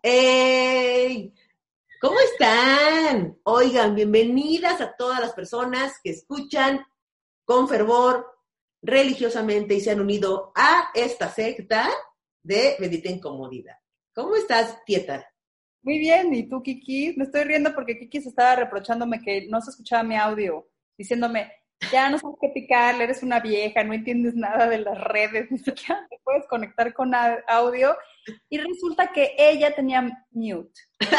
¡Ey! ¿Cómo están? Oigan, bienvenidas a todas las personas que escuchan con fervor, religiosamente y se han unido a esta secta de Bendita Incomodidad. ¿Cómo estás, Tieta? Muy bien, ¿y tú, Kiki? Me estoy riendo porque Kiki se estaba reprochándome que no se escuchaba mi audio, diciéndome, ya no sabes qué picarle, eres una vieja, no entiendes nada de las redes, ni siquiera te puedes conectar con audio. Y resulta que ella tenía mute.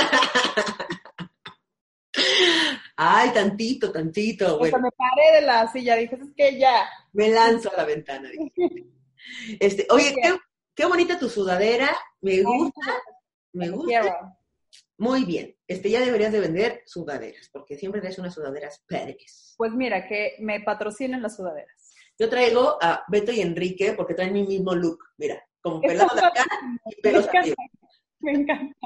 Ay, tantito. O Bueno, sea, me paré de la silla, dije, es que ya. me lanzo a la ventana. Oye, qué bonita tu sudadera. Me gusta. Quiero. Muy bien. Ya deberías de vender sudaderas, porque siempre traes unas sudaderas padres. Pues mira, que me patrocinen las sudaderas. Yo traigo a Beto y Enrique porque traen mi mismo look. Mira, como pelado de acá y pelos arriba. Me encanta.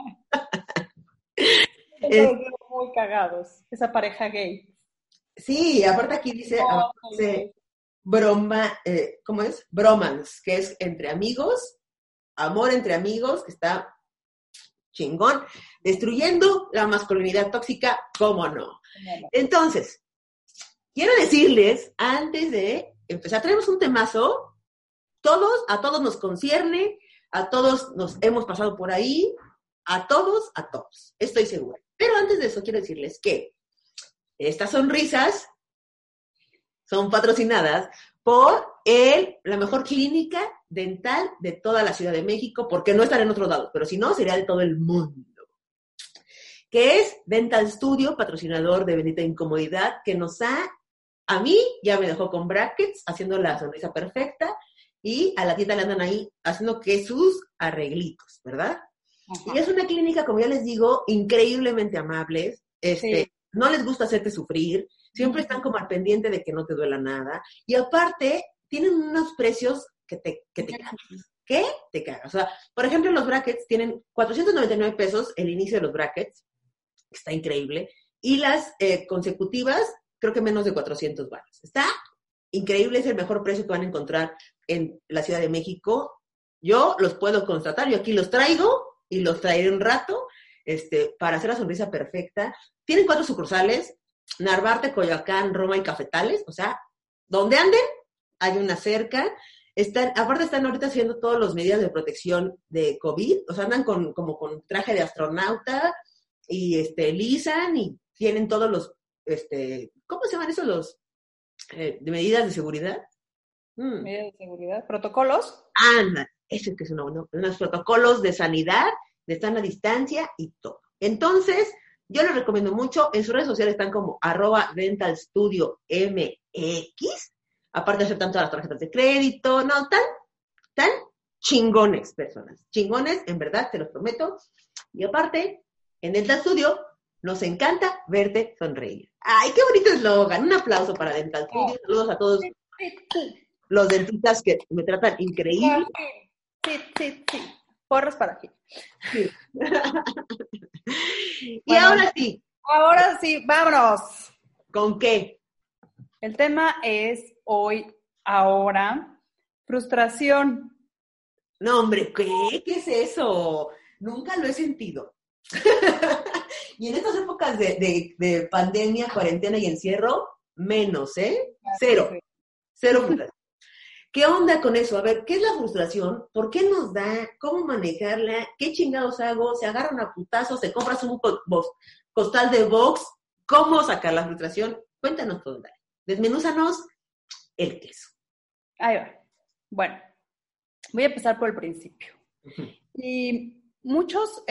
Están muy cagados, esa pareja gay. Sí, aparte aquí dice broma, ¿cómo es? Bromance, que es entre amigos, amor entre amigos, que está chingón, destruyendo la masculinidad tóxica, ¿cómo no? Entonces, quiero decirles, antes de empezar, tenemos un temazo, a todos nos concierne, a todos nos hemos pasado por ahí, a todos, estoy segura. Pero antes de eso, quiero decirles que estas sonrisas son patrocinadas por la mejor clínica dental de toda la Ciudad de México, porque no están en otros lados, pero si no, sería de todo el mundo. Que es Dental Studio, patrocinador de Bendita Incomodidad, que a mí ya me dejó con brackets, haciendo la sonrisa perfecta, y a la tieta le andan ahí haciendo que sus arreglitos, ¿verdad? Ajá. Y es una clínica, como ya les digo, increíblemente amables, sí. No les gusta hacerte sufrir, siempre están como al pendiente de que no te duela nada, y aparte, tienen unos precios que te cagas. ¿Qué? Te cagas. O sea, por ejemplo, los brackets tienen 499 pesos el inicio de los brackets, está increíble, y las consecutivas, creo que menos de 400 baros. Está increíble, es el mejor precio que van a encontrar en la Ciudad de México. Yo los puedo constatar, yo aquí los traigo, y los traeré un rato, para hacer la sonrisa perfecta. Tienen 4 sucursales, Narvarte, Coyoacán, Roma y Cafetales, o sea, donde anden, hay una cerca. Aparte están ahorita haciendo todas las medidas de protección de COVID, o sea, andan como con traje de astronauta, y lisan, y tienen todos los, ¿cómo se llaman esos los de medidas de seguridad? ¿Medidas de seguridad? ¿Protocolos? Anda, eso es que es unos protocolos de sanidad, de sana distancia y todo. Entonces, yo les recomiendo mucho, en sus redes sociales están como @dentalstudiomx, aparte aceptan todas las tarjetas de crédito, no, tan chingones personas, chingones, en verdad, te los prometo, y aparte, en Dental Studio, nos encanta verte sonreír. ¡Ay, qué bonito eslogan! Un aplauso para Dental Studio, saludos a todos los dentistas que me tratan increíble. Sí. Porras para aquí. Sí. Y bueno, ahora sí, vámonos. ¿Con qué? El tema es ahora, frustración. No, hombre, ¿qué? ¿Qué es eso? Nunca lo he sentido. Y en estas épocas de pandemia, cuarentena y encierro, menos, ¿eh? Cero frustración. ¿Qué onda con eso? A ver, ¿qué es la frustración? ¿Por qué nos da? ¿Cómo manejarla? ¿Qué chingados hago? ¿Se agarran a putazos? ¿Se compras un costal de box? ¿Cómo sacar la frustración? Cuéntanos todo, dale. Desmenúzanos el queso. Ahí va. Bueno, voy a empezar por el principio. Uh-huh. Y muchos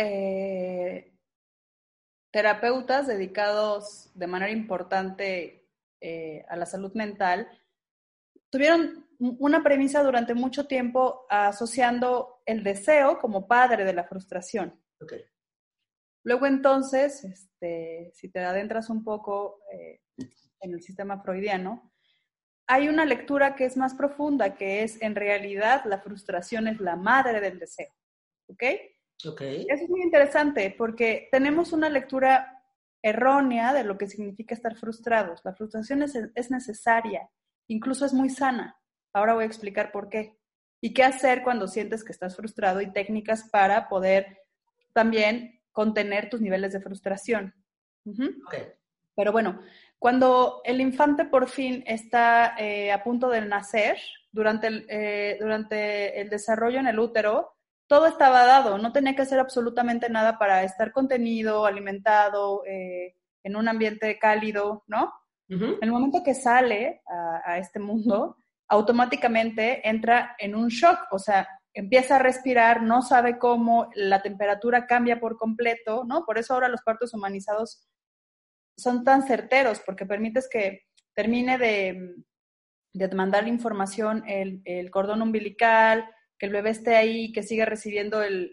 terapeutas dedicados de manera importante a la salud mental tuvieron una premisa durante mucho tiempo asociando el deseo como padre de la frustración. Okay. Luego entonces, si te adentras un poco en el sistema freudiano, hay una lectura que es más profunda, que es en realidad la frustración es la madre del deseo. ¿Ok? Okay. Eso es muy interesante porque tenemos una lectura errónea de lo que significa estar frustrados. La frustración es necesaria, incluso es muy sana. Ahora voy a explicar por qué. Y qué hacer cuando sientes que estás frustrado y técnicas para poder también contener tus niveles de frustración. Okay. Pero bueno, cuando el infante por fin está a punto de nacer, durante el desarrollo en el útero, todo estaba dado, no tenía que hacer absolutamente nada para estar contenido, alimentado, en un ambiente cálido, ¿no? En el momento que sale a este mundo, automáticamente entra en un shock, o sea, empieza a respirar, no sabe cómo, la temperatura cambia por completo, ¿no? Por eso ahora los partos humanizados son tan certeros, porque permites que termine de mandar información el cordón umbilical, que el bebé esté ahí, que siga recibiendo el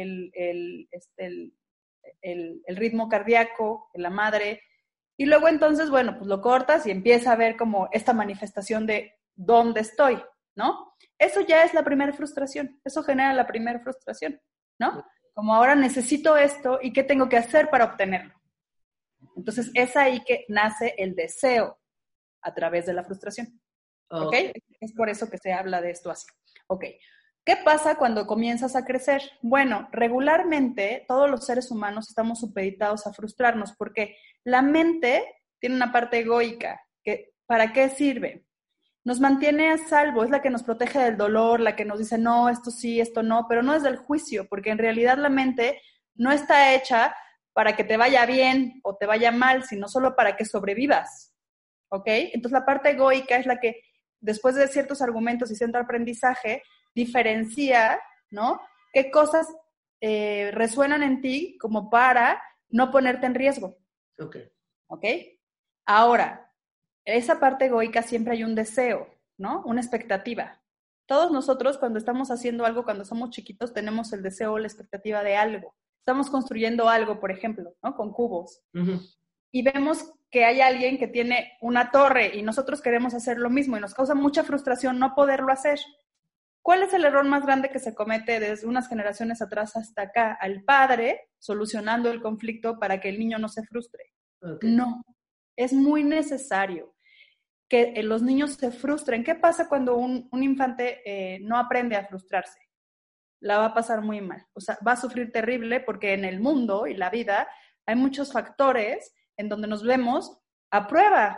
ritmo cardíaco de la madre. Y luego entonces, bueno, pues lo cortas y empieza a ver como esta manifestación de dónde estoy, ¿no? Eso ya es la primera frustración, eso genera la primera frustración, ¿no? Como ahora necesito esto y qué tengo que hacer para obtenerlo. Entonces es ahí que nace el deseo a través de la frustración. ¿Ok? Es por eso que se habla de esto así. Ok. ¿Qué pasa cuando comienzas a crecer? Bueno, regularmente todos los seres humanos estamos supeditados a frustrarnos porque la mente tiene una parte egoica. ¿Para qué sirve? Nos mantiene a salvo, es la que nos protege del dolor, la que nos dice, no, esto sí, esto no, pero no es del juicio, porque en realidad la mente no está hecha para que te vaya bien o te vaya mal, sino solo para que sobrevivas. ¿Ok? Entonces la parte egoica es la que, después de ciertos argumentos y cierto aprendizaje, diferencia, ¿no? ¿Qué cosas resuenan en ti como para no ponerte en riesgo? Ok. ¿Ok? Ahora, esa parte egoica siempre hay un deseo, ¿no? Una expectativa. Todos nosotros cuando estamos haciendo algo, cuando somos chiquitos, tenemos el deseo o la expectativa de algo. Estamos construyendo algo, por ejemplo, ¿no? Con cubos. Uh-huh. Y vemos que hay alguien que tiene una torre y nosotros queremos hacer lo mismo y nos causa mucha frustración no poderlo hacer. ¿Cuál es el error más grande que se comete desde unas generaciones atrás hasta acá? Al padre solucionando el conflicto para que el niño no se frustre. Okay. No, es muy necesario que los niños se frustren. ¿Qué pasa cuando un infante no aprende a frustrarse? La va a pasar muy mal. O sea, va a sufrir terrible porque en el mundo y la vida hay muchos factores en donde nos vemos a prueba,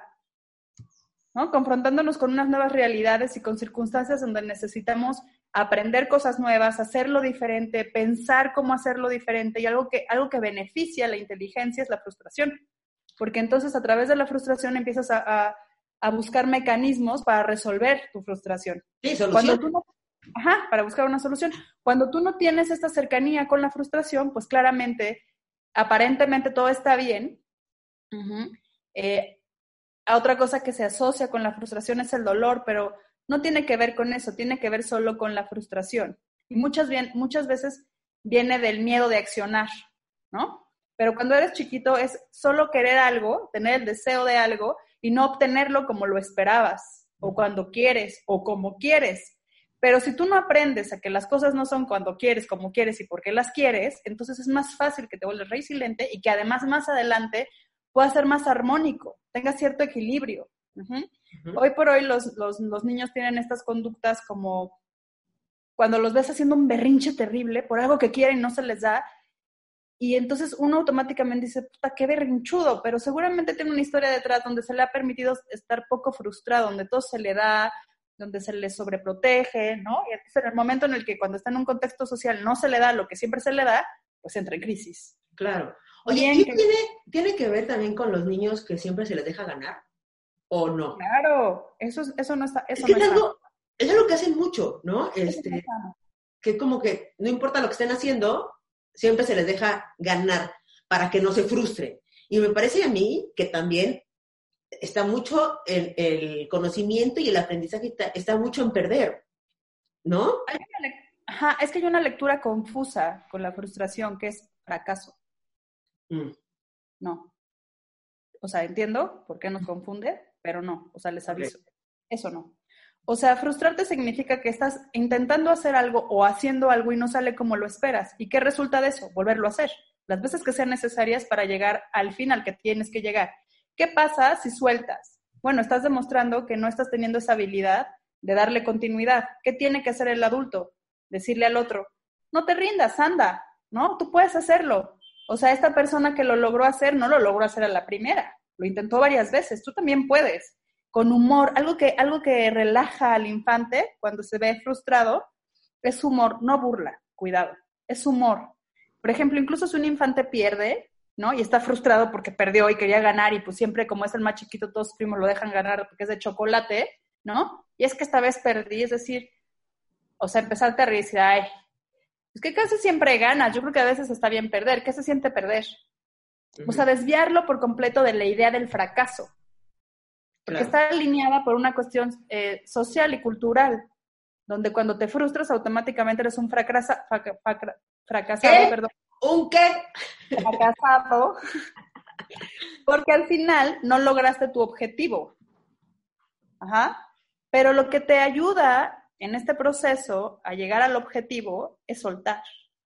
¿no? Confrontándonos con unas nuevas realidades y con circunstancias donde necesitamos aprender cosas nuevas, hacerlo diferente, pensar cómo hacerlo diferente, y algo que beneficia la inteligencia es la frustración, porque entonces a través de la frustración empiezas a buscar mecanismos para resolver tu frustración. Sí, solución. Para buscar una solución. Cuando tú no tienes esta cercanía con la frustración, pues claramente, aparentemente todo está bien. Otra cosa que se asocia con la frustración es el dolor, pero no tiene que ver con eso, tiene que ver solo con la frustración. Y muchas veces viene del miedo de accionar, ¿no? Pero cuando eres chiquito es solo querer algo, tener el deseo de algo y no obtenerlo como lo esperabas, o cuando quieres, o como quieres. Pero si tú no aprendes a que las cosas no son cuando quieres, como quieres y por qué las quieres, entonces es más fácil que te vuelvas resiliente y que además más adelante pueda ser más armónico, tenga cierto equilibrio. Hoy por hoy los niños tienen estas conductas como cuando los ves haciendo un berrinche terrible por algo que quieren y no se les da, y entonces uno automáticamente dice, puta, qué berrinchudo, pero seguramente tiene una historia detrás donde se le ha permitido estar poco frustrado, donde todo se le da, donde se le sobreprotege, ¿no? Y entonces en el momento en el que cuando está en un contexto social no se le da lo que siempre se le da, pues entra en crisis. Claro. Oye, ¿y tiene que ver también con los niños que siempre se les deja ganar? ¿O no? Claro, eso no está. Es algo que hacen mucho, ¿no? Que como que no importa lo que estén haciendo, siempre se les deja ganar para que no se frustren. Y me parece a mí que también está mucho el conocimiento y el aprendizaje está mucho en perder, ¿no? Es que hay una lectura confusa con la frustración, que es fracaso. No. O sea, entiendo por qué nos confunde, pero no. O sea, les aviso. Okay. Eso no. O sea, frustrarte significa que estás intentando hacer algo o haciendo algo y no sale como lo esperas. ¿Y qué resulta de eso? Volverlo a hacer. Las veces que sean necesarias para llegar al fin al que tienes que llegar. ¿Qué pasa si sueltas? Bueno, estás demostrando que no estás teniendo esa habilidad de darle continuidad. ¿Qué tiene que hacer el adulto? Decirle al otro, no te rindas, anda, ¿no? Tú puedes hacerlo. O sea, esta persona que lo logró hacer, no lo logró hacer a la primera. Lo intentó varias veces. Tú también puedes. Con humor, algo que relaja al infante cuando se ve frustrado, es humor, no burla, cuidado, es humor. Por ejemplo, incluso si un infante pierde, ¿no? Y está frustrado porque perdió y quería ganar y pues siempre como es el más chiquito, todos sus primos lo dejan ganar porque es de chocolate, ¿no? Y es que esta vez perdí, es decir, o sea, empezarte a reír y decir, ay, es que casi siempre ganas, yo creo que a veces está bien perder, ¿qué se siente perder? O sea, desviarlo por completo de la idea del fracaso, porque está alineada por una cuestión social y cultural, donde cuando te frustras automáticamente eres un fracasado, ¿Qué? perdón. ¿Un qué? Fracasado, porque al final no lograste tu objetivo. Ajá. Pero lo que te ayuda en este proceso a llegar al objetivo es soltar.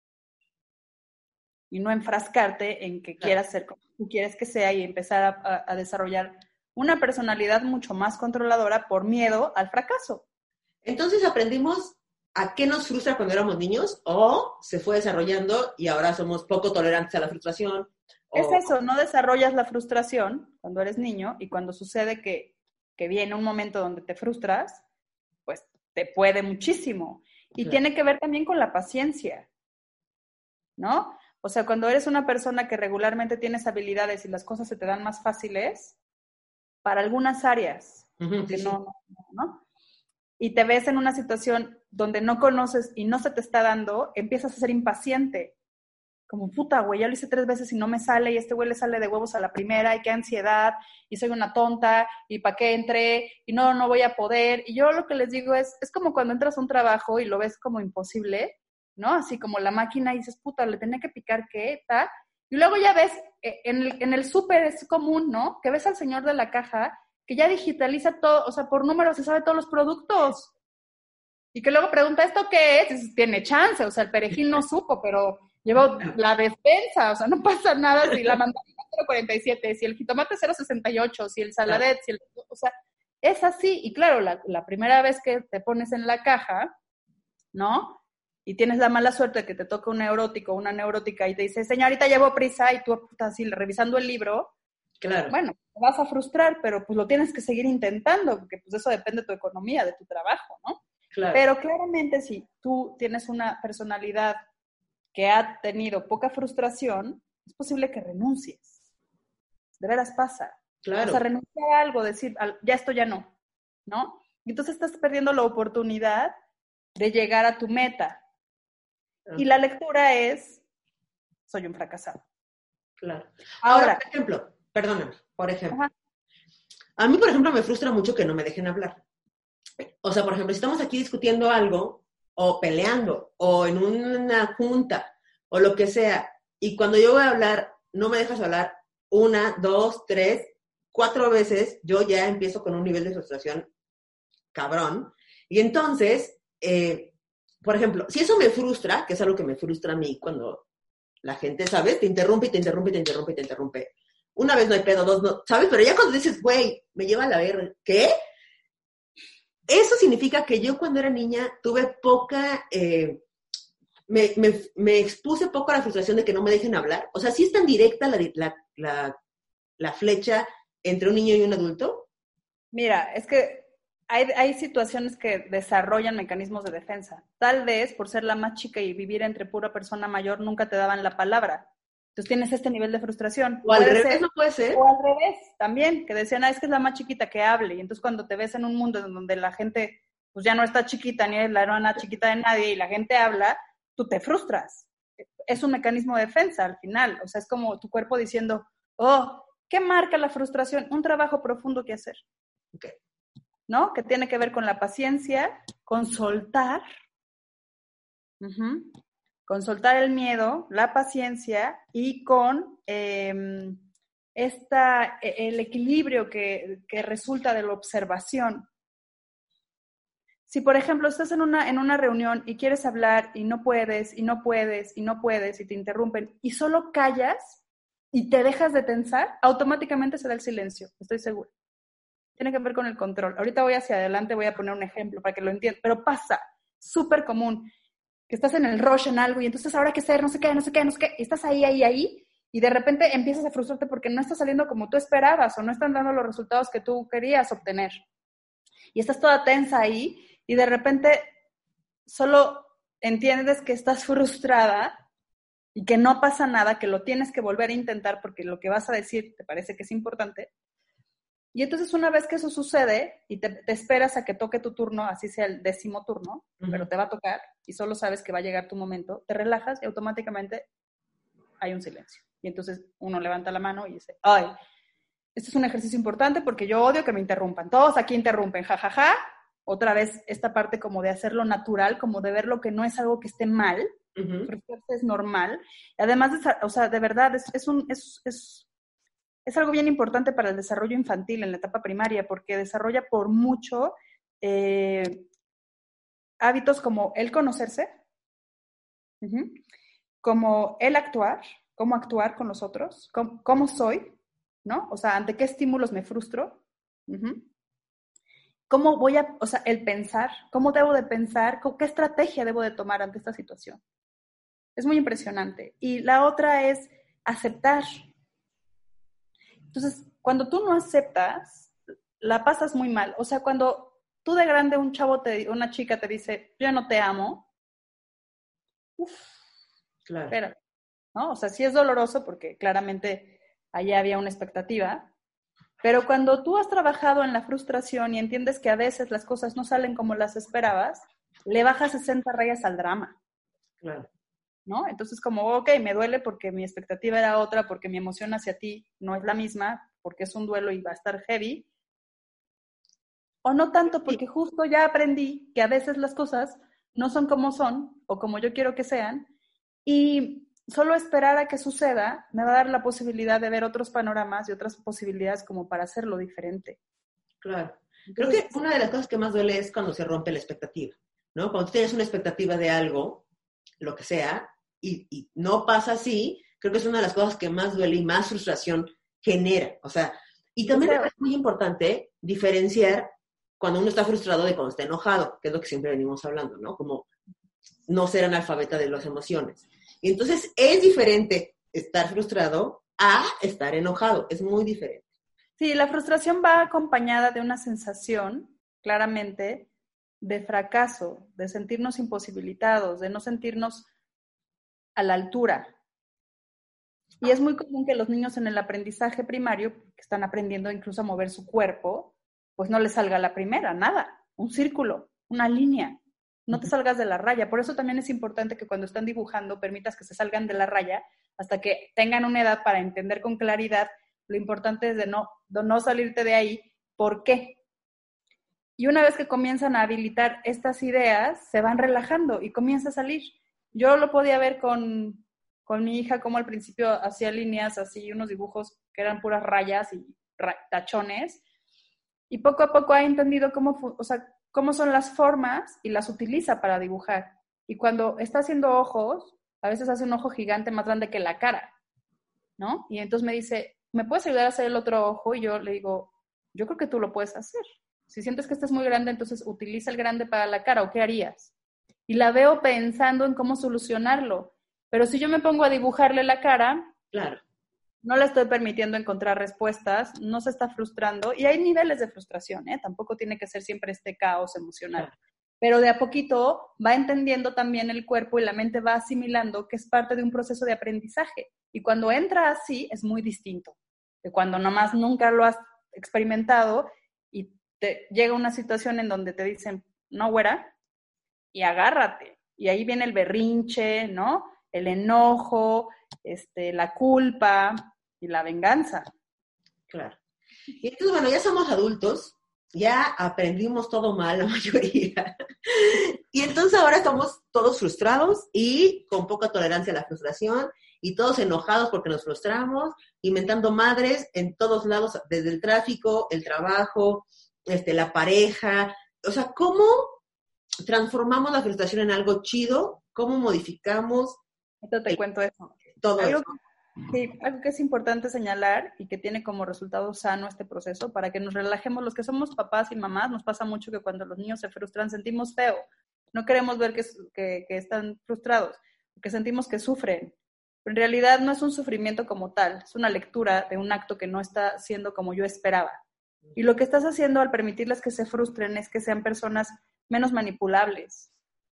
Y no enfrascarte en que quieras ser como tú quieres que sea y empezar a desarrollar una personalidad mucho más controladora por miedo al fracaso. Entonces aprendimos a qué nos frustra cuando éramos niños o se fue desarrollando y ahora somos poco tolerantes a la frustración. Es eso, no desarrollas la frustración cuando eres niño y cuando sucede que viene un momento donde te frustras, pues te puede muchísimo. Y claro, tiene que ver también con la paciencia, ¿no? O sea, cuando eres una persona que regularmente tienes habilidades y las cosas se te dan más fáciles, para algunas áreas, porque sí. ¿no? Y te ves en una situación donde no conoces y no se te está dando, empiezas a ser impaciente. Como, puta, güey, ya lo hice 3 veces y no me sale, y este güey le sale de huevos a la primera, y qué ansiedad, y soy una tonta, y para qué entré, y no voy a poder. Y yo lo que les digo es como cuando entras a un trabajo y lo ves como imposible, ¿no? Así como la máquina y dices, puta, le tenía que picar qué, tal. Y luego ya ves, en el súper es común, ¿no? Que ves al señor de la caja que ya digitaliza todo, o sea, por números se sabe todos los productos. Y que luego pregunta, ¿esto qué es? Y dices, tiene chance, o sea, el perejil no supo, pero llevo la despensa, o sea, no pasa nada si la mandarina 0.47, si el jitomate 0.68, si el saladet, si el... O sea, es así. Y claro, la primera vez que te pones en la caja, ¿no? Y tienes la mala suerte de que te toca un neurótico o una neurótica y te dice, señorita, llevo prisa, y tú estás así revisando el libro, Claro. bueno, te vas a frustrar, pero pues lo tienes que seguir intentando, porque pues eso depende de tu economía, de tu trabajo, ¿no? Claro. Pero claramente si tú tienes una personalidad que ha tenido poca frustración, es posible que renuncies. De veras pasa. Claro. O sea, renunciar a algo, decir, ya esto ya no, ¿no? Y entonces estás perdiendo la oportunidad de llegar a tu meta. Y la lectura es, soy un fracasado. Claro. Ahora, por ejemplo, perdóname, por ejemplo. Ajá. A mí, por ejemplo, me frustra mucho que no me dejen hablar. O sea, por ejemplo, si estamos aquí discutiendo algo, o peleando, o en una junta, o lo que sea, y cuando yo voy a hablar, no me dejas hablar 1, 2, 3, 4 veces, yo ya empiezo con un nivel de frustración cabrón. Y entonces, por ejemplo, si eso me frustra, que es algo que me frustra a mí cuando la gente, ¿sabes? Te interrumpe y te interrumpe y te interrumpe y te interrumpe. Una vez no hay pedo, 2 no, ¿sabes? Pero ya cuando dices, güey, me lleva a la verga, ¿qué? Eso significa que yo cuando era niña tuve poca, me expuse poco a la frustración de que no me dejen hablar. O sea, ¿sí es tan directa la flecha entre un niño y un adulto? Mira, es que hay situaciones que desarrollan mecanismos de defensa. Tal vez por ser la más chica y vivir entre pura persona mayor nunca te daban la palabra. Entonces tienes este nivel de frustración. O al revés, ¿no puede ser? O al revés, también, que decían, es que es la más chiquita que hable. Y entonces cuando te ves en un mundo en donde la gente pues ya no está chiquita, ni es la hermana chiquita de nadie, y la gente habla, tú te frustras. Es un mecanismo de defensa al final. O sea, es como tu cuerpo diciendo, oh, ¿qué marca la frustración? Un trabajo profundo que hacer. Okay. ¿No? Que tiene que ver con la paciencia, con soltar, con soltar el miedo, la paciencia y con el equilibrio que resulta de la observación. Si, por ejemplo, estás en una reunión y quieres hablar y no puedes, y no puedes, y no puedes, y te interrumpen, y solo callas y te dejas de tensar, automáticamente se da el silencio, estoy segura. Tiene que ver con el control. Ahorita voy hacia adelante, voy a poner un ejemplo para que lo entiendan, pero pasa, súper común. que estás en el rush en algo y entonces ahora qué hacer, no sé qué, y estás ahí, y de repente empiezas a frustrarte porque no está saliendo como tú esperabas o no están dando los resultados que tú querías obtener. Y estás toda tensa ahí y de repente solo entiendes que estás frustrada y que no pasa nada, que lo tienes que volver a intentar porque lo que vas a decir te parece que es importante. Y entonces una vez que eso sucede y te esperas a que toque tu turno, así sea el 10º turno, pero te va a tocar y solo sabes que va a llegar tu momento, te relajas y automáticamente hay un silencio. Y entonces uno levanta la mano y dice, ay, este es un ejercicio importante porque yo odio que me interrumpan. Todos aquí interrumpen, jajaja. Otra vez esta parte como de hacerlo natural, como de ver lo que no es algo que esté mal, frustrarse es normal. Además, o sea, de verdad, es algo bien importante para el desarrollo infantil en la etapa primaria porque desarrolla por mucho hábitos como el conocerse, como el actuar, cómo actuar con los otros, cómo soy, ¿no? O sea, ante qué estímulos me frustro, cómo voy a, o sea, el pensar, cómo debo de pensar, qué estrategia debo de tomar ante esta situación. Es muy impresionante. Y la otra es aceptar. Entonces, cuando tú no aceptas, la pasas muy mal. O sea, cuando tú de grande, un chavo, una chica te dice, yo no te amo, claro. Espérate, ¿no? O sea, sí es doloroso porque claramente allá había una expectativa, pero cuando tú has trabajado en la frustración y entiendes que a veces las cosas no salen como las esperabas, le bajas 60 rayas al drama. Claro. ¿No? Entonces, como, ok, me duele porque mi expectativa era otra, porque mi emoción hacia ti no es la misma, porque es un duelo y va a estar heavy. O no tanto, porque justo ya aprendí que a veces las cosas no son como son o como yo quiero que sean, y solo esperar a que suceda me va a dar la posibilidad de ver otros panoramas y otras posibilidades como para hacerlo diferente. Claro. Entonces, creo que una de las cosas que más duele es cuando se rompe la expectativa, ¿no? Cuando tú tienes una expectativa de algo, lo que sea, y no pasa así, creo que es una de las cosas que más duele y más frustración genera. O sea, y también es muy importante diferenciar cuando uno está frustrado de cuando está enojado, que es lo que siempre venimos hablando, ¿no? Como no ser analfabeta de las emociones. Y entonces es diferente estar frustrado a estar enojado, es muy diferente. Sí, la frustración va acompañada de una sensación, claramente, de fracaso, de sentirnos imposibilitados, de no sentirnos a la altura. Y es muy común que los niños en el aprendizaje primario, que están aprendiendo incluso a mover su cuerpo, pues no les salga la primera, nada, un círculo, una línea. No te salgas de la raya. Por eso también es importante que cuando están dibujando permitas que se salgan de la raya hasta que tengan una edad para entender con claridad. Lo importante es de no salirte de ahí. ¿Por qué? Y una vez que comienzan a habilitar estas ideas, se van relajando y comienza a salir. Yo lo podía ver con mi hija, como al principio hacía líneas así, unos dibujos que eran puras rayas y tachones. Y poco a poco ha entendido cómo son las formas y las utiliza para dibujar. Y cuando está haciendo ojos, a veces hace un ojo gigante más grande que la cara, ¿no? Y entonces me dice, ¿me puedes ayudar a hacer el otro ojo? Y yo le digo, yo creo que tú lo puedes hacer. Si sientes que este es muy grande, entonces utiliza el grande para la cara, ¿o qué harías? Y la veo pensando en cómo solucionarlo. Pero si yo me pongo a dibujarle la cara, claro, no le estoy permitiendo encontrar respuestas, no se está frustrando, y hay niveles de frustración, ¿eh? Tampoco tiene que ser siempre este caos emocional. Claro. Pero de a poquito va entendiendo también el cuerpo y la mente va asimilando que es parte de un proceso de aprendizaje. Y cuando entra así, es muy distinto de cuando nomás nunca lo has experimentado y te llega una situación en donde te dicen, no, güera, y agárrate. Y ahí viene el berrinche, ¿no? El enojo, la culpa y la venganza. Claro. Y entonces, bueno, ya somos adultos, ya aprendimos todo mal, la mayoría. Y entonces ahora estamos todos frustrados y con poca tolerancia a la frustración y todos enojados porque nos frustramos, inventando madres en todos lados, desde el tráfico, el trabajo, la pareja. O sea, ¿cómo transformamos la frustración en algo chido? ¿Cómo modificamos? Esto te cuento eso. Todo eso. Sí, algo que es importante señalar y que tiene como resultado sano este proceso para que nos relajemos. Los que somos papás y mamás, nos pasa mucho que cuando los niños se frustran sentimos feo, No queremos ver que están frustrados, porque sentimos que sufren. Pero en realidad no es un sufrimiento como tal, es una lectura de un acto que no está siendo como yo esperaba. Y lo que estás haciendo al permitirles que se frustren es que sean personas menos manipulables.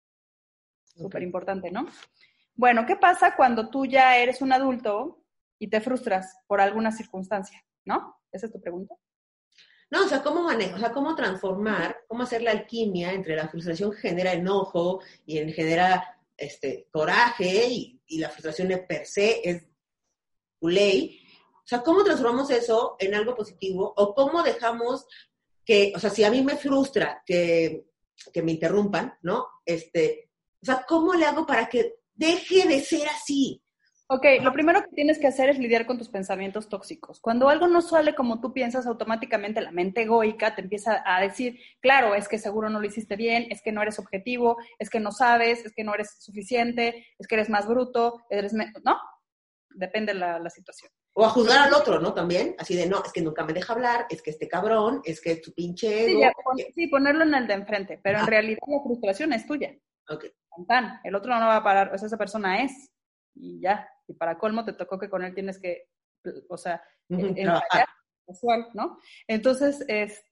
Súper importante, ¿no? Bueno, ¿qué pasa cuando tú ya eres un adulto y te frustras por alguna circunstancia? ¿No? ¿Esa es tu pregunta? No, o sea, ¿cómo manejo? O sea, ¿cómo transformar, cómo hacer la alquimia entre la frustración que genera enojo y genera coraje y la frustración per se es ley? O sea, ¿cómo transformamos eso en algo positivo? ¿O cómo dejamos que, o sea, si a mí me frustra que me interrumpan, ¿no? O sea, ¿cómo le hago para que deje de ser así? Ok, lo primero que tienes que hacer es lidiar con tus pensamientos tóxicos. Cuando algo no sale como tú piensas, automáticamente la mente egoica te empieza a decir, claro, es que seguro no lo hiciste bien, es que no eres objetivo, es que no sabes, es que no eres suficiente, es que eres más bruto, ¿no? Depende de la situación. O a juzgar al otro, ¿no? También, así de, no, es que nunca me deja hablar, es que este cabrón, es que es tu pinche ego. Sí, ponerlo en el de enfrente, pero en realidad la frustración es tuya. Ok. El otro no va a parar, esa persona es, y ya. Y para colmo te tocó que con él tienes que, o sea, ensayar, casual, ¿no? Entonces,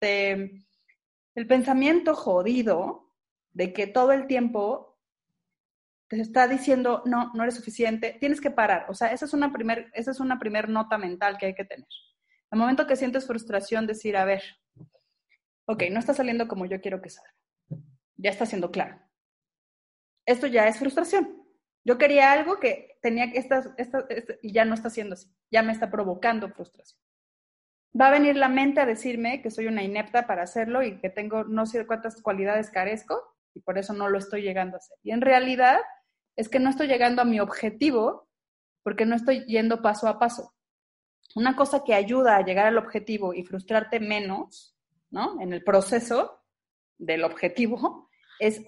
el pensamiento jodido de que todo el tiempo te está diciendo, no, no eres suficiente, tienes que parar. O sea, esa es una primer nota mental que hay que tener. Al momento que sientes frustración, decir, a ver, ok, no está saliendo como yo quiero que salga. Ya está siendo claro. Esto ya es frustración. Yo quería algo que tenía que y ya no está siendo así. Ya me está provocando frustración. Va a venir la mente a decirme que soy una inepta para hacerlo y que tengo no sé cuántas cualidades carezco y por eso no lo estoy llegando a hacer. Y en realidad es que no estoy llegando a mi objetivo porque no estoy yendo paso a paso. Una cosa que ayuda a llegar al objetivo y frustrarte menos, ¿no? En el proceso del objetivo es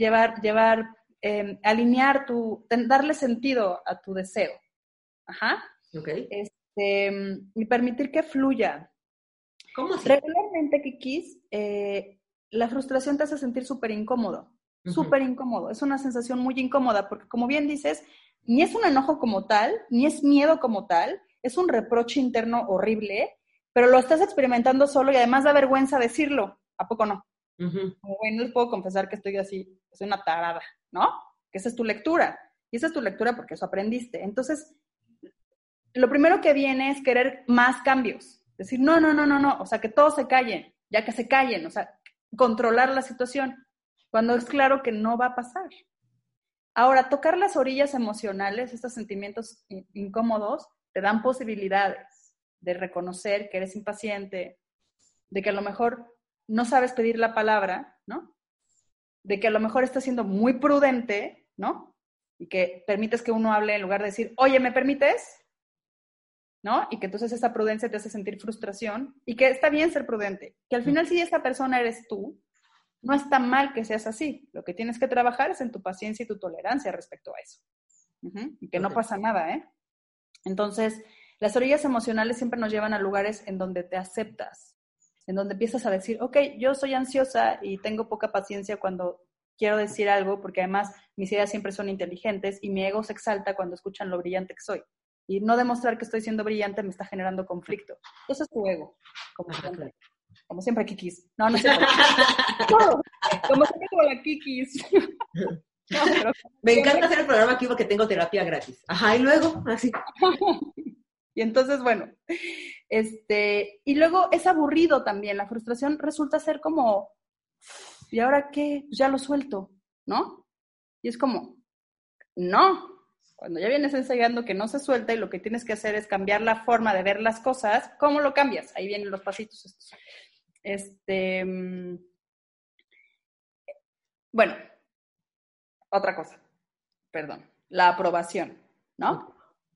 alinear darle sentido a tu deseo. Ajá. Okay. Y permitir que fluya. ¿Cómo así? Regularmente, Kikis, la frustración te hace sentir súper incómodo. Súper incómodo. Es una sensación muy incómoda porque, como bien dices, ni es un enojo como tal, ni es miedo como tal, es un reproche interno horrible, pero lo estás experimentando solo y además da vergüenza decirlo. ¿A poco no? Como, bueno, les puedo confesar que estoy así, soy una tarada, ¿no? Que esa es tu lectura. Y esa es tu lectura porque eso aprendiste. Entonces, lo primero que viene es querer más cambios. Decir, no. O sea, que todos se callen, ya que se callen. O sea, controlar la situación. Cuando es claro que no va a pasar. Ahora, tocar las orillas emocionales, estos sentimientos incómodos, te dan posibilidades de reconocer que eres impaciente, de que a lo mejor no sabes pedir la palabra, ¿no? De que a lo mejor estás siendo muy prudente, ¿no? Y que permites que uno hable en lugar de decir, oye, ¿me permites? ¿No? Y que entonces esa prudencia te hace sentir frustración y que está bien ser prudente. Que al final si esa persona eres tú, no está mal que seas así. Lo que tienes que trabajar es en tu paciencia y tu tolerancia respecto a eso. Y que no pasa nada, ¿eh? Entonces, las orillas emocionales siempre nos llevan a lugares en donde te aceptas, en donde empiezas a decir, ok, yo soy ansiosa y tengo poca paciencia cuando quiero decir algo, porque además mis ideas siempre son inteligentes y mi ego se exalta cuando escuchan lo brillante que soy. Y no demostrar que estoy siendo brillante me está generando conflicto. Eso es tu ego, como siempre. Como siempre, Kikis. No es cierto. Como siempre con la Kikis. No, me encanta hacer el programa aquí porque tengo terapia gratis. Ajá, y luego, así. Y entonces, bueno, y luego es aburrido también. La frustración resulta ser como, ¿y ahora qué? Pues ya lo suelto, ¿no? Y es como, no. Cuando ya vienes ensayando que no se suelta y lo que tienes que hacer es cambiar la forma de ver las cosas, ¿cómo lo cambias? Ahí vienen los pasitos estos. Bueno, otra cosa, perdón, la aprobación, ¿no?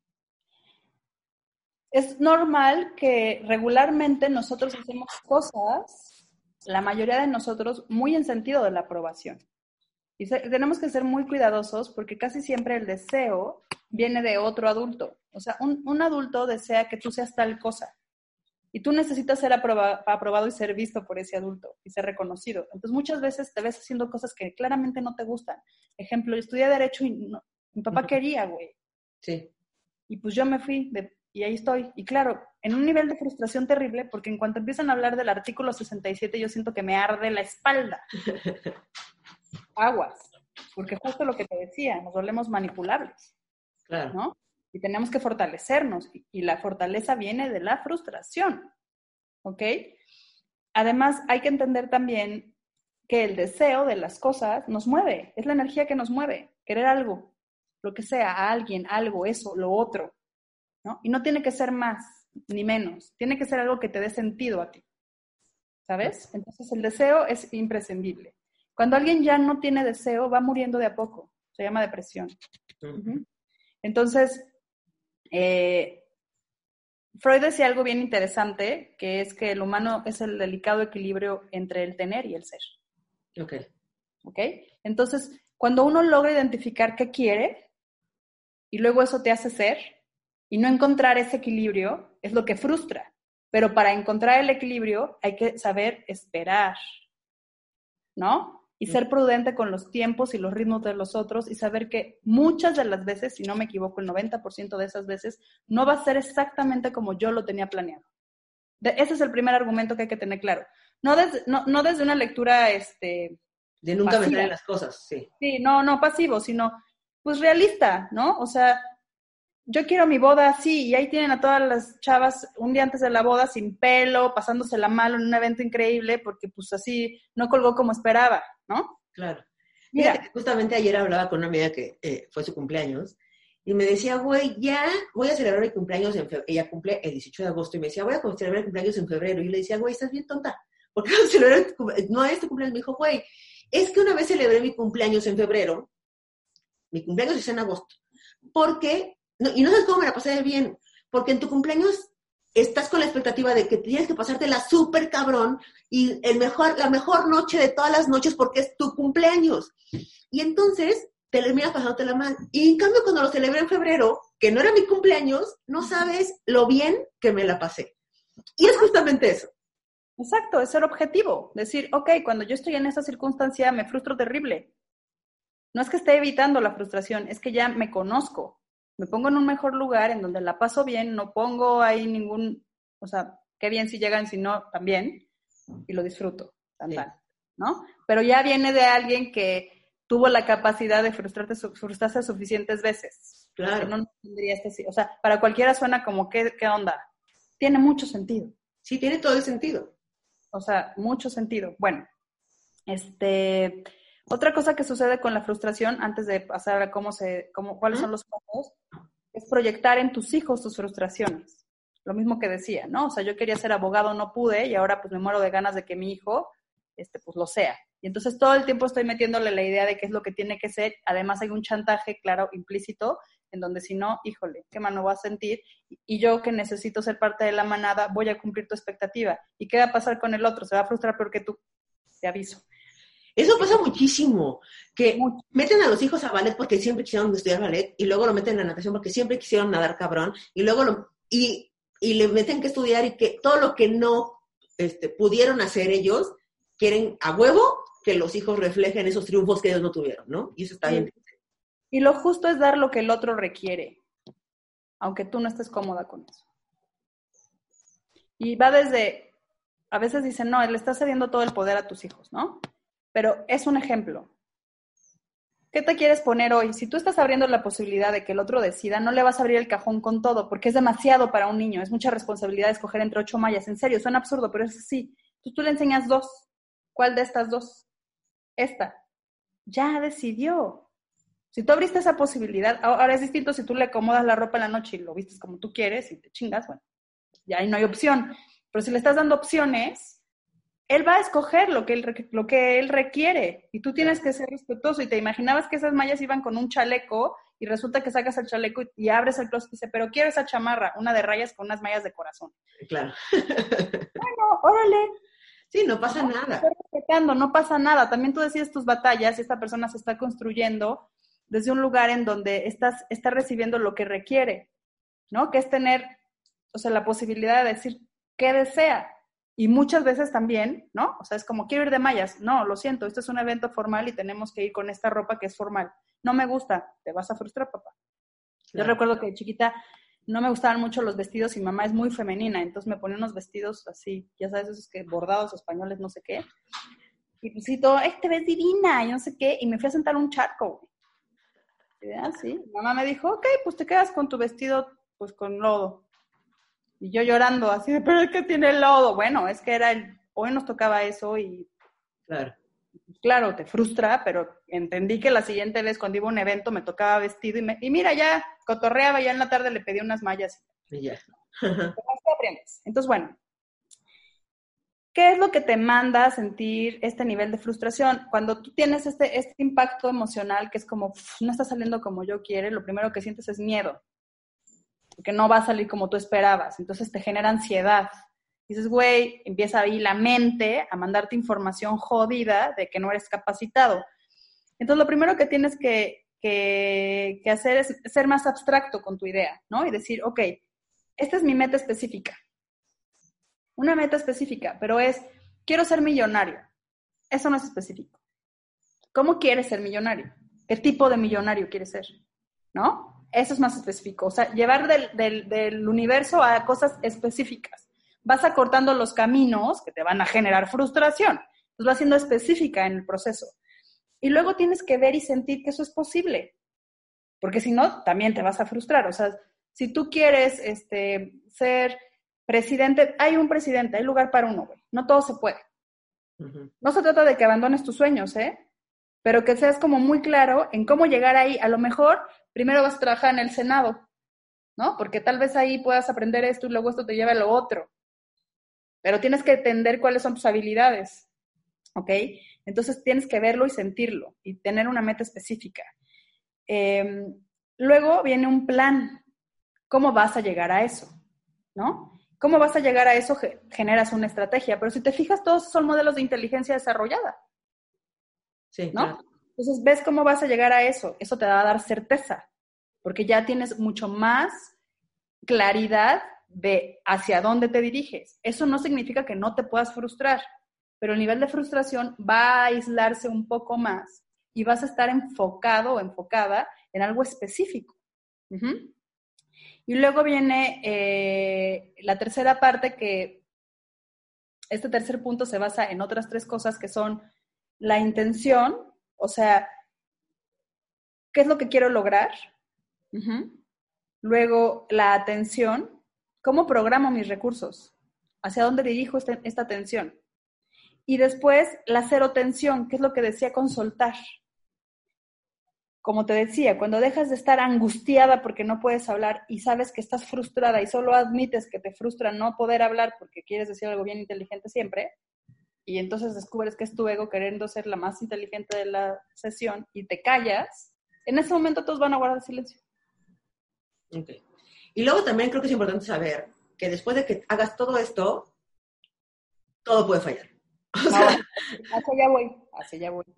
Es normal que regularmente nosotros hacemos cosas, la mayoría de nosotros, muy en sentido de la aprobación. Y tenemos que ser muy cuidadosos porque casi siempre el deseo viene de otro adulto. O sea, un adulto desea que tú seas tal cosa. Y tú necesitas ser aprobado y ser visto por ese adulto y ser reconocido. Entonces, muchas veces te ves haciendo cosas que claramente no te gustan. Ejemplo, yo estudié Derecho y mi papá quería, güey. Sí. Y pues yo me fui y ahí estoy. Y claro, en un nivel de frustración terrible, porque en cuanto empiezan a hablar del artículo 67, yo siento que me arde la espalda. Aguas. Porque justo lo que te decía, nos volvemos manipulables. Claro. ¿No? Y tenemos que fortalecernos. Y la fortaleza viene de la frustración. ¿Ok? Además, hay que entender también que el deseo de las cosas nos mueve. Es la energía que nos mueve. Querer algo, lo que sea, a alguien, algo, eso, lo otro. ¿No? Y no tiene que ser más ni menos. Tiene que ser algo que te dé sentido a ti. ¿Sabes? Entonces, el deseo es imprescindible. Cuando alguien ya no tiene deseo, va muriendo de a poco. Se llama depresión. Uh-huh. Entonces, Freud decía algo bien interesante, que es que el humano es el delicado equilibrio entre el tener y el ser. ¿Ok? Entonces, cuando uno logra identificar qué quiere y luego eso te hace ser y no encontrar ese equilibrio, es lo que frustra. Pero para encontrar el equilibrio hay que saber esperar, ¿no? Y ser prudente con los tiempos y los ritmos de los otros y saber que muchas de las veces, si no me equivoco, el 90% de esas veces, no va a ser exactamente como yo lo tenía planeado. Ese es el primer argumento que hay que tener claro. No desde una lectura de nunca meter en las cosas, sí. Sí, no pasivo, sino pues realista, ¿no? O sea, yo quiero mi boda así, y ahí tienen a todas las chavas un día antes de la boda sin pelo, pasándosela mal en un evento increíble, porque pues así no colgó como esperaba, ¿no? Claro. Mira, justamente ayer hablaba con una amiga que fue su cumpleaños, y me decía, güey, ya voy a celebrar mi cumpleaños en febrero. Ella cumple el 18 de agosto, y me decía, voy a celebrar el cumpleaños en febrero. Y yo le decía, güey, estás bien tonta. ¿Por qué vas a celebrar no es tu cumpleaños? Me dijo, güey, es que una vez celebré mi cumpleaños en febrero, mi cumpleaños es en agosto, porque, y no sabes cómo me la pasé de bien, porque en tu cumpleaños estás con la expectativa de que tienes que pasártela súper cabrón y la mejor noche de todas las noches porque es tu cumpleaños. Y entonces te terminas pasándotela mal. Y en cambio, cuando lo celebré en febrero, que no era mi cumpleaños, no sabes lo bien que me la pasé. Y es justamente eso. Exacto, es ser objetivo. Decir, ok, cuando yo estoy en esa circunstancia me frustro terrible. No es que esté evitando la frustración, es que ya me conozco. Me pongo en un mejor lugar en donde la paso bien, no pongo ahí o sea, qué bien si llegan, si no, también, y lo disfruto, Sí. ¿no? Pero ya viene de alguien que tuvo la capacidad de frustrarse suficientes veces. Claro. No tendría o sea, para cualquiera suena como, ¿qué onda? Tiene mucho sentido. Sí, tiene todo el sentido. O sea, mucho sentido. Bueno, otra cosa que sucede con la frustración, antes de pasar a cuáles son los pasos, es proyectar en tus hijos tus frustraciones. Lo mismo que decía, ¿no? O sea, yo quería ser abogado, no pude, y ahora pues me muero de ganas de que mi hijo, pues lo sea. Y entonces todo el tiempo estoy metiéndole la idea de qué es lo que tiene que ser. Además hay un chantaje, claro, implícito, en donde si no, híjole, qué mal me voy a sentir. Y yo que necesito ser parte de la manada, voy a cumplir tu expectativa. ¿Y qué va a pasar con el otro? Se va a frustrar peor que tú. Te aviso. Eso pasa muchísimo, que meten a los hijos a ballet porque siempre quisieron estudiar ballet, y luego lo meten en natación porque siempre quisieron nadar cabrón, y luego y le meten que estudiar, y que todo lo que no pudieron hacer ellos, quieren a huevo que los hijos reflejen esos triunfos que ellos no tuvieron, ¿no? Y eso está bien. Y lo justo es dar lo que el otro requiere, aunque tú no estés cómoda con eso. Y va desde, a veces dicen, no, le estás cediendo todo el poder a tus hijos, ¿no? Pero es un ejemplo. ¿Qué te quieres poner hoy? Si tú estás abriendo la posibilidad de que el otro decida, no le vas a abrir el cajón con todo, porque es demasiado para un niño. Es mucha responsabilidad escoger entre 8 mallas. En serio, suena absurdo, pero es así. Tú le enseñas 2. ¿Cuál de estas 2? Esta. Ya decidió. Si tú abriste esa posibilidad, ahora es distinto si tú le acomodas la ropa en la noche y lo vistes como tú quieres y te chingas, bueno, ya ahí no hay opción. Pero si le estás dando opciones, él va a escoger lo que él requiere, y tú tienes que ser respetuoso. Y te imaginabas que esas mallas iban con un chaleco, y resulta que sacas el chaleco y abres el closet y dice, pero quiero esa chamarra, una de rayas con unas mallas de corazón. Claro. Bueno, órale. Sí, no pasa nada. Estás respetando, no pasa nada. También tú decides tus batallas, y esta persona se está construyendo desde un lugar en donde está recibiendo lo que requiere, ¿no? Que es tener, o sea, la posibilidad de decir, qué desea. Y muchas veces también, ¿no? O sea, es como, quiero ir de mallas. No, lo siento, este es un evento formal y tenemos que ir con esta ropa que es formal. No me gusta, te vas a frustrar, papá. Yo recuerdo que de chiquita no me gustaban mucho los vestidos y mamá es muy femenina, entonces me ponía unos vestidos así, ya sabes, esos que bordados españoles, no sé qué. Y pues sí, todo, te ves divina, y no sé qué, y me fui a sentar un charco, güey. Sí, mamá me dijo, ok, pues te quedas con tu vestido, pues con lodo. Y yo llorando, así de, pero es que tiene lodo. Bueno, es que hoy nos tocaba eso y... Claro, te frustra, pero entendí que la siguiente vez cuando iba a un evento me tocaba vestido y mira, ya cotorreaba, ya en la tarde le pedí unas mallas. Y ya. Entonces, bueno, ¿qué es lo que te manda a sentir este nivel de frustración? Cuando tú tienes este impacto emocional que es como, no está saliendo como yo quiero, lo primero que sientes es miedo, porque no va a salir como tú esperabas, entonces te genera ansiedad. Dices, güey, empieza ahí la mente a mandarte información jodida de que no eres capacitado. Entonces, lo primero que tienes que hacer es ser más abstracto con tu idea, ¿no? Y decir, ok, esta es mi meta específica. Una meta específica, pero quiero ser millonario. Eso no es específico. ¿Cómo quieres ser millonario? ¿Qué tipo de millonario quieres ser? ¿No? Eso es más específico. O sea, llevar del universo a cosas específicas. Vas acortando los caminos que te van a generar frustración. Entonces vas siendo específica en el proceso. Y luego tienes que ver y sentir que eso es posible. Porque si no, también te vas a frustrar. O sea, si tú quieres ser presidente, hay un presidente, hay lugar para uno, güey. No todo se puede. Uh-huh. No se trata de que abandones tus sueños, pero que seas como muy claro en cómo llegar ahí. A lo mejor primero vas a trabajar en el Senado, ¿no? Porque tal vez ahí puedas aprender esto y luego esto te lleva a lo otro. Pero tienes que entender cuáles son tus habilidades, ¿ok? Entonces tienes que verlo y sentirlo y tener una meta específica. Luego viene un plan. ¿Cómo vas a llegar a eso? ¿No? ¿Cómo vas a llegar a eso? Generas una estrategia. Pero si te fijas, todos son modelos de inteligencia desarrollada. Sí, ¿no? Claro. Entonces, ¿ves cómo vas a llegar a eso? Eso te va a dar certeza, porque ya tienes mucho más claridad de hacia dónde te diriges. Eso no significa que no te puedas frustrar, pero el nivel de frustración va a aislarse un poco más y vas a estar enfocado o enfocada en algo específico. Uh-huh. Y luego viene la tercera parte, que este tercer punto se basa en otras 3 cosas que son la intención, o sea, ¿qué es lo que quiero lograr? Uh-huh. Luego, la atención, ¿cómo programo mis recursos? ¿Hacia dónde dirijo esta atención? Y después, la cero tensión, que es lo que decía con soltar. Como te decía, cuando dejas de estar angustiada porque no puedes hablar y sabes que estás frustrada y solo admites que te frustra no poder hablar porque quieres decir algo bien inteligente siempre, y entonces descubres que es tu ego queriendo ser la más inteligente de la sesión y te callas, en ese momento todos van a guardar silencio. Okay. Y luego también creo que es importante saber que después de que hagas todo esto, todo puede fallar. O sea, hacia allá voy.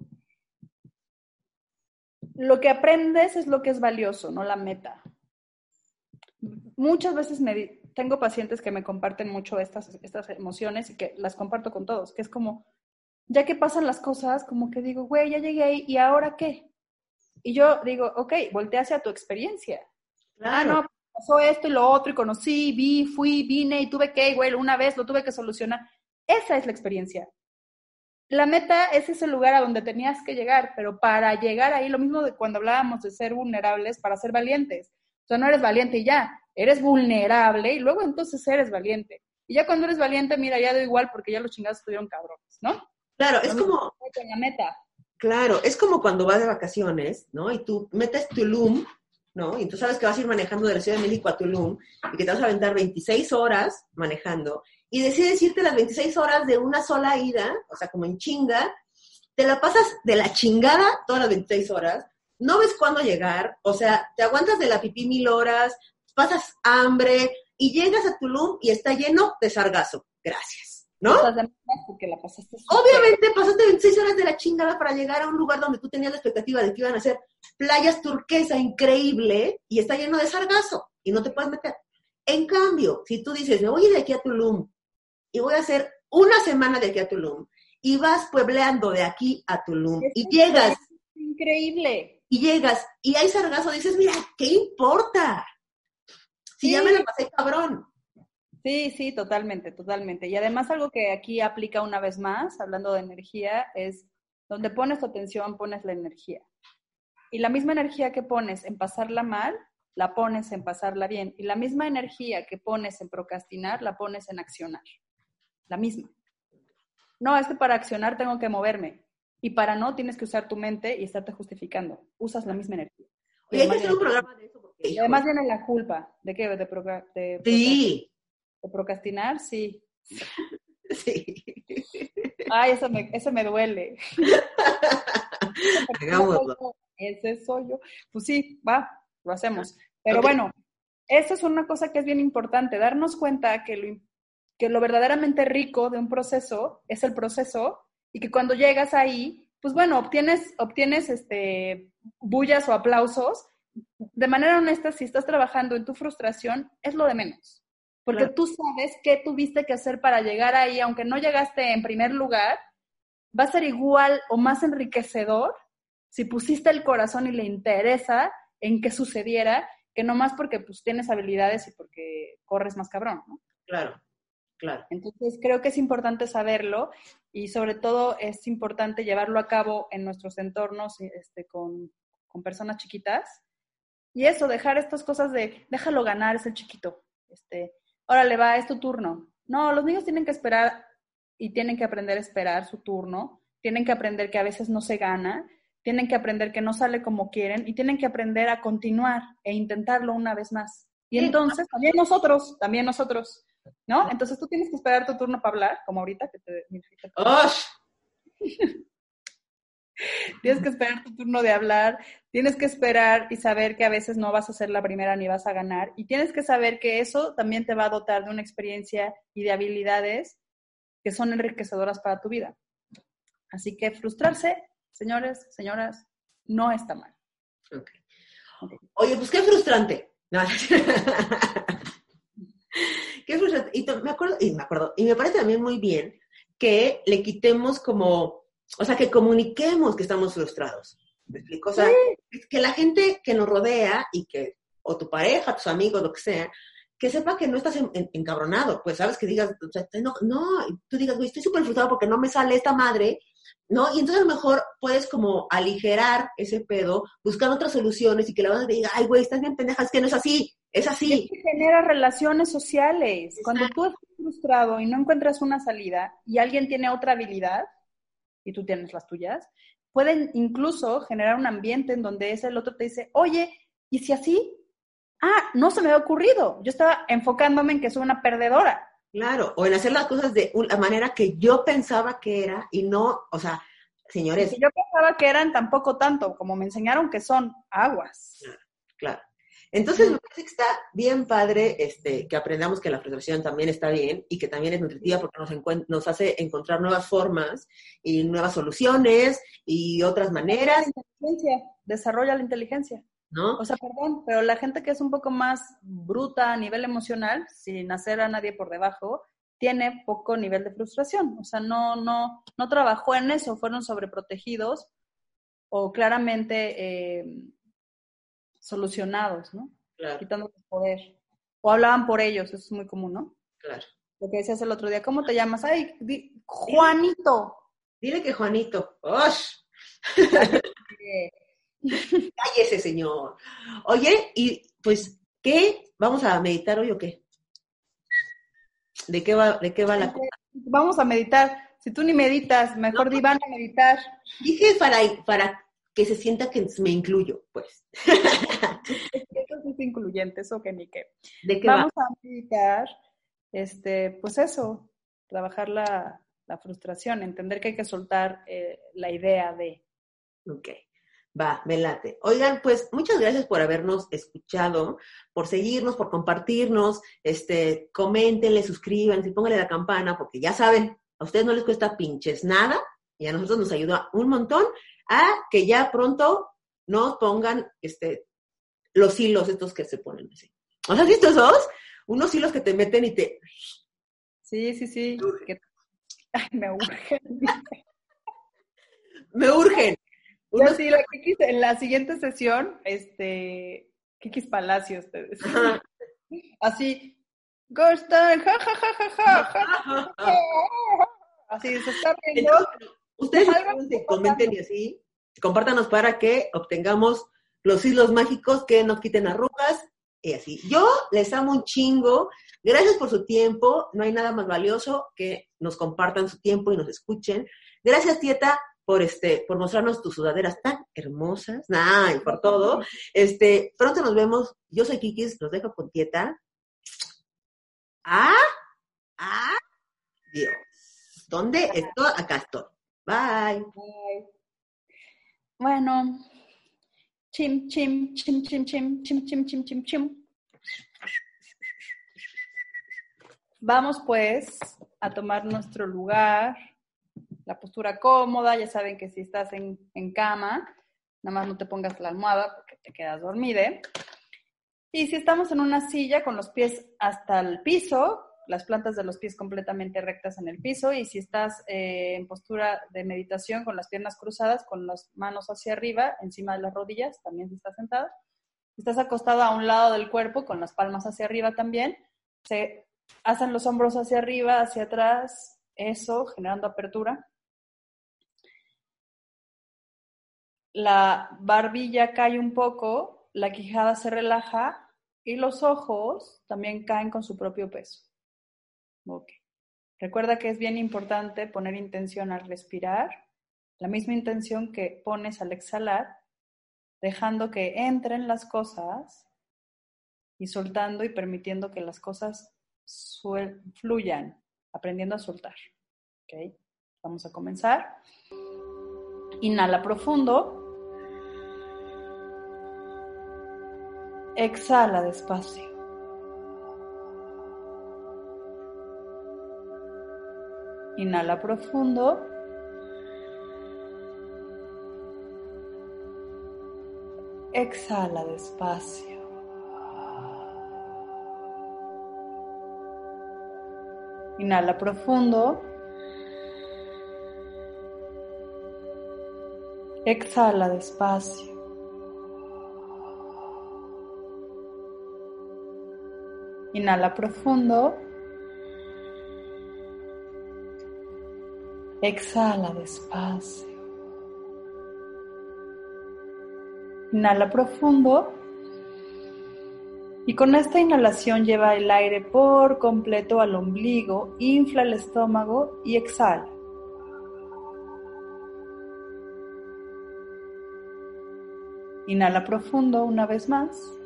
Lo que aprendes es lo que es valioso, no la meta. Muchas veces tengo pacientes que me comparten mucho estas emociones y que las comparto con todos, que es como, ya que pasan las cosas, como que digo, güey, ya llegué ahí, ¿y ahora qué? Y yo digo, ok, voltea hacia tu experiencia. Claro. No, pasó esto y lo otro, y conocí, fui, vine, y tuve que, güey, una vez lo tuve que solucionar. Esa es la experiencia. La meta es ese lugar a donde tenías que llegar, pero para llegar ahí, lo mismo de cuando hablábamos de ser vulnerables, para ser valientes. O sea, no eres valiente y ya, eres vulnerable y luego entonces eres valiente. Y ya cuando eres valiente, mira, ya da igual porque ya los chingados estuvieron cabrones, ¿no? Claro, es como... La meta. Claro, es como cuando vas de vacaciones, ¿no? Y tú metes Tulum, ¿no? Y tú sabes que vas a ir manejando de la Ciudad de México a Tulum y que te vas a aventar 26 horas manejando y decides irte las 26 horas de una sola ida, o sea, como en chinga, te la pasas de la chingada todas las 26 horas, no ves cuándo llegar, o sea, te aguantas de la pipí 1000 horas, pasas hambre y llegas a Tulum y está lleno de sargazo. Gracias, ¿no? Porque la pasaste Obviamente pasaste 26 horas de la chingada para llegar a un lugar donde tú tenías la expectativa de que iban a ser playas turquesa increíble y está lleno de sargazo y no te puedes meter. En cambio, si tú dices, me voy a ir de aquí a Tulum y voy a hacer una semana de aquí a Tulum. Y vas puebleando de aquí a Tulum. Y llegas. Increíble. Y llegas, y hay sargazo, dices, mira, ¿qué importa? Si ya me la pasé cabrón. Sí, totalmente, totalmente. Y además algo que aquí aplica una vez más, hablando de energía, es donde pones tu atención, pones la energía. Y la misma energía que pones en pasarla mal, la pones en pasarla bien. Y la misma energía que pones en procrastinar, la pones en accionar. La misma. No, es que para accionar tengo que moverme. Y para no, tienes que usar tu mente y estarte justificando. Usas la misma energía. Oye, hay que hacer un programa de eso. Porque, y además viene la culpa. ¿De qué? Sí. ¿De procrastinar? Sí. Sí. Ay, eso me duele. Hagámoslo. Ese soy yo. Pues sí, va, lo hacemos. Pero bueno, esto es una cosa que es bien importante, darnos cuenta que lo verdaderamente rico de un proceso es el proceso y que cuando llegas ahí, pues bueno, obtienes bullas o aplausos. De manera honesta, si estás trabajando en tu frustración, es lo de menos. Porque tú sabes qué tuviste que hacer para llegar ahí, aunque no llegaste en primer lugar, va a ser igual o más enriquecedor si pusiste el corazón y le interesa en que sucediera, que no más porque pues tienes habilidades y porque corres más cabrón, ¿no? Claro. Entonces creo que es importante saberlo y sobre todo es importante llevarlo a cabo en nuestros entornos con personas chiquitas. Y eso, dejar estas cosas de, déjalo ganar, es el chiquito. Órale, va, es tu turno. No, los niños tienen que esperar y tienen que aprender a esperar su turno. Tienen que aprender que a veces no se gana. Tienen que aprender que no sale como quieren. Y tienen que aprender a continuar e intentarlo una vez más. Y entonces, también nosotros, ¿no? Entonces tú tienes que esperar tu turno para hablar, como ahorita que te... Tienes que esperar tu turno de hablar, tienes que esperar y saber que a veces no vas a ser la primera ni vas a ganar, y tienes que saber que eso también te va a dotar de una experiencia y de habilidades que son enriquecedoras para tu vida. Así que frustrarse, señores, señoras, no está mal. Okay. Oye, pues qué frustrante. No. Qué frustrante. Y me parece también muy bien que le quitemos como... O sea, que comuniquemos que estamos frustrados. ¿Me explico? O sea, que la gente que nos rodea y que, o tu pareja, tus amigos, lo que sea, que sepa que no estás encabronado. Pues, ¿sabes? Que digas, o sea, tú digas, güey, estoy súper frustrado porque no me sale esta madre, ¿no? Y entonces a lo mejor puedes como aligerar ese pedo, buscar otras soluciones y que la banda te diga, ay, güey, estás bien pendeja, es que no es así, es así. Es que genera relaciones sociales. Exacto. Cuando tú estás frustrado y no encuentras una salida y alguien tiene otra habilidad, y tú tienes las tuyas, pueden incluso generar un ambiente en donde el otro te dice, oye, ¿y si así? Ah, no se me ha ocurrido. Yo estaba enfocándome en que soy una perdedora. Claro, o en hacer las cosas de la manera que yo pensaba que era y no, o sea, señores. Y que yo pensaba que eran tampoco tanto, como me enseñaron que son aguas. Claro. Entonces, me parece que está bien padre que aprendamos que la frustración también está bien y que también es nutritiva porque nos hace encontrar nuevas formas y nuevas soluciones y otras maneras. Desarrolla la inteligencia. ¿No? O sea, perdón, pero la gente que es un poco más bruta a nivel emocional, sin hacer a nadie por debajo, tiene poco nivel de frustración. O sea, no trabajó en eso, fueron sobreprotegidos o claramente... solucionados, ¿no? Claro. Quitándoles poder. O hablaban por ellos, eso es muy común, ¿no? Claro. Lo que decías el otro día, ¿cómo te llamas? Ay, Juanito. Dile que Juanito. ¡Osh! Cállese, señor. Oye, y pues, ¿qué? ¿Vamos a meditar hoy o qué? ¿De qué va la cosa? Vamos a meditar. Si tú ni meditas, mejor di van a meditar. Dije para que se sienta que me incluyo, pues. Eso sí es incluyente, eso que ni qué. ¿De qué Vamos a meditar, pues eso, trabajar la frustración, entender que hay que soltar la idea de... Ok, va, me late. Oigan, pues muchas gracias por habernos escuchado, por seguirnos, por compartirnos, coméntenle, suscríbanse, pónganle la campana, porque ya saben, a ustedes no les cuesta pinches nada y a nosotros nos ayuda un montón a que ya pronto nos pongan los hilos estos que se ponen así. ¿Os has visto esos? Unos hilos que te meten y te Sí. Ay, me urge. Me urgen. Ya sí, la Kikis, en la siguiente sesión, Kikis Palacios, te decía. Ajá. Así, Ghost time, ja, ja, ja, ja, ja, ja, ja, ja. Así, se está riendo. Entonces, ustedes Algo suscríbanse, comenten y así, compártanos para que obtengamos los hilos mágicos que nos quiten arrugas y así. Yo les amo un chingo. Gracias por su tiempo. No hay nada más valioso que nos compartan su tiempo y nos escuchen. Gracias, Tieta, por mostrarnos tus sudaderas tan hermosas. Y por todo. Pronto nos vemos. Yo soy Kikis, los dejo con Tieta. Dios. ¿Dónde estoy? Acá estoy. Bye. Bye. Bueno, chim, chim, chim, chim, chim, chim, chim, chim, chim, chim. Vamos pues a tomar nuestro lugar, la postura cómoda. Ya saben que si estás en cama, nada más no te pongas la almohada porque te quedas dormida. Y si estamos en una silla con los pies hasta el piso, las plantas de los pies completamente rectas en el piso, y si estás en postura de meditación con las piernas cruzadas, con las manos hacia arriba, encima de las rodillas, también si estás sentada. Si estás acostada a un lado del cuerpo, con las palmas hacia arriba también, se hacen los hombros hacia arriba, hacia atrás, eso, generando apertura. La barbilla cae un poco, la quijada se relaja y los ojos también caen con su propio peso. Ok. Recuerda que es bien importante poner intención al respirar, la misma intención que pones al exhalar, dejando que entren las cosas y soltando y permitiendo que las cosas fluyan, aprendiendo a soltar. ¿Okay? Vamos a comenzar. Inhala profundo. Exhala despacio. Inhala profundo. Exhala despacio. Inhala profundo. Exhala despacio. Inhala profundo. Exhala despacio. Inhala profundo. Y con esta inhalación lleva el aire por completo al ombligo, infla el estómago y exhala. Inhala profundo una vez más.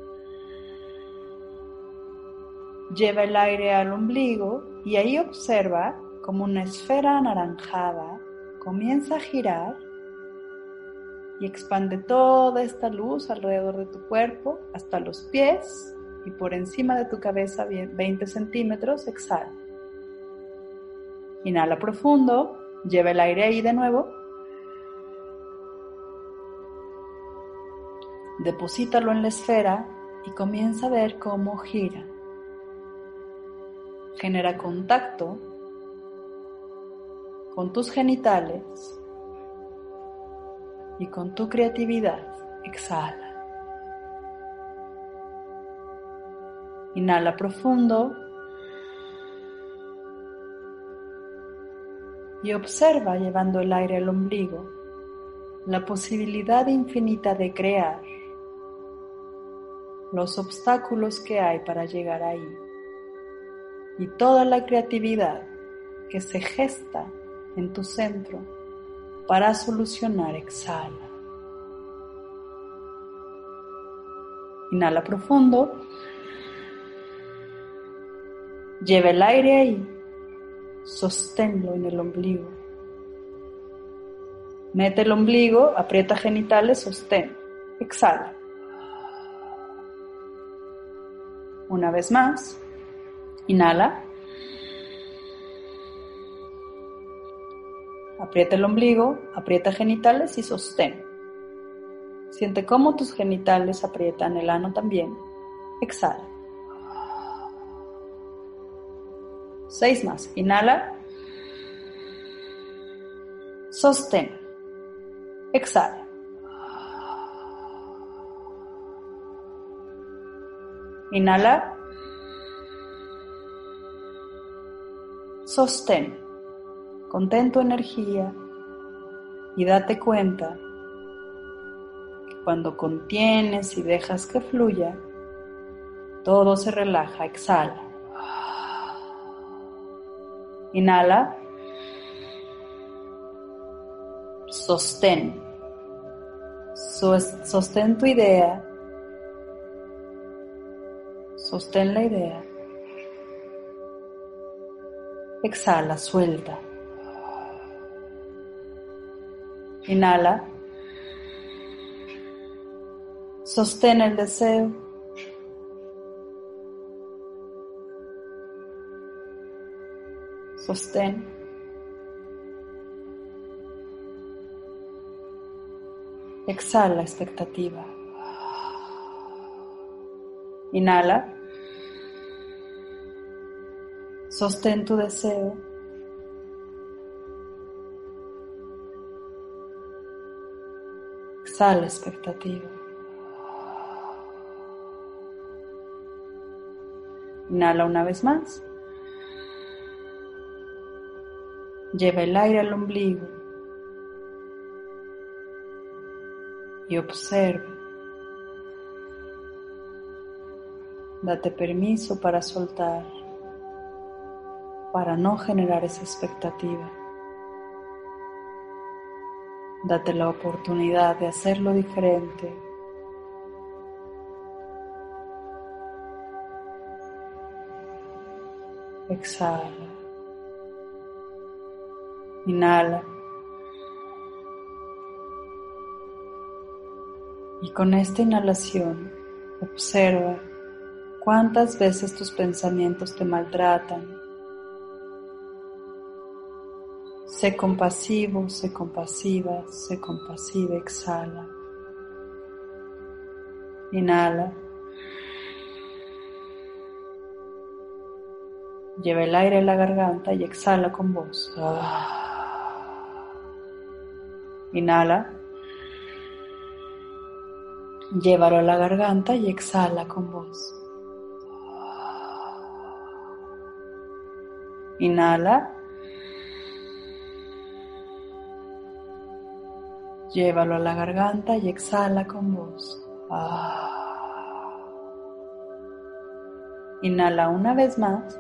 Lleva el aire al ombligo y ahí observa como una esfera anaranjada comienza a girar y expande toda esta luz alrededor de tu cuerpo hasta los pies y por encima de tu cabeza 20 centímetros. Exhala. Inhala profundo, lleva el aire ahí de nuevo. Deposítalo en la esfera y comienza a ver cómo gira. Genera contacto con tus genitales y con tu creatividad. Exhala. Inhala profundo y observa, llevando el aire al ombligo, la posibilidad infinita de crear, los obstáculos que hay para llegar ahí y toda la creatividad que se gesta en tu centro para solucionar. Exhala. Inhala profundo. Lleva el aire ahí. Sosténlo en el ombligo. Mete el ombligo, aprieta genitales, sostén. Exhala. Una vez más. Inhala. Aprieta el ombligo, aprieta genitales y sostén. Siente cómo tus genitales aprietan el ano también. Exhala. 6 más. Inhala. Sostén. Exhala. Inhala. Sostén. Contén tu energía y date cuenta que cuando contienes y dejas que fluya, todo se relaja. Exhala. Inhala. Sostén. Sostén tu idea. Sostén la idea. Exhala, suelta. Inhala. Sostén el deseo. Sostén. Exhala, expectativa. Inhala. Sostén tu deseo. Exhala, expectativa. Inhala una vez más. Lleva el aire al ombligo y observa. Date permiso para soltar, para no generar esa expectativa. Date la oportunidad de hacerlo diferente. Exhala. Inhala. Y con esta inhalación, observa cuántas veces tus pensamientos te maltratan. Sé compasivo, sé compasiva, sé compasiva. Exhala. Inhala. Lleva el aire a la garganta y exhala con voz. Inhala. Llévalo a la garganta y exhala con voz. Inhala. Llévalo a la garganta y exhala con voz. Inhala una vez más.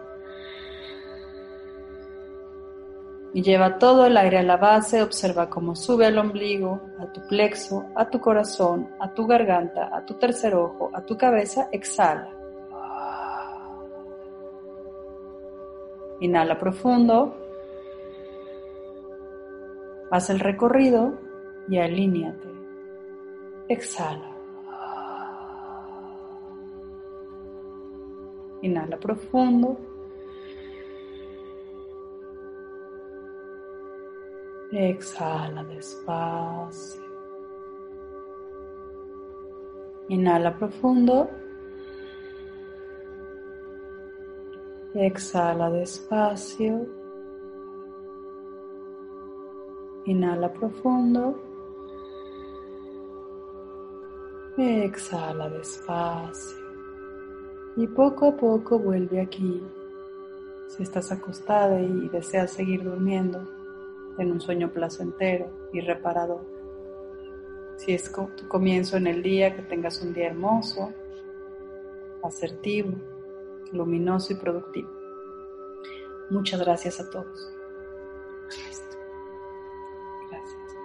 Y lleva todo el aire a la base, observa cómo sube al ombligo, a tu plexo, a tu corazón, a tu garganta, a tu tercer ojo, a tu cabeza. Exhala. Inhala profundo. Haz el recorrido y alíñate. Exhala. Inhala profundo. Exhala despacio. Inhala profundo. Exhala despacio. Inhala profundo. Exhala despacio. Y poco a poco vuelve aquí. Si estás acostada y deseas seguir durmiendo, ten un sueño placentero y reparador. Si es tu comienzo en el día, que tengas un día hermoso, asertivo, luminoso y productivo. Muchas gracias a todos. Gracias.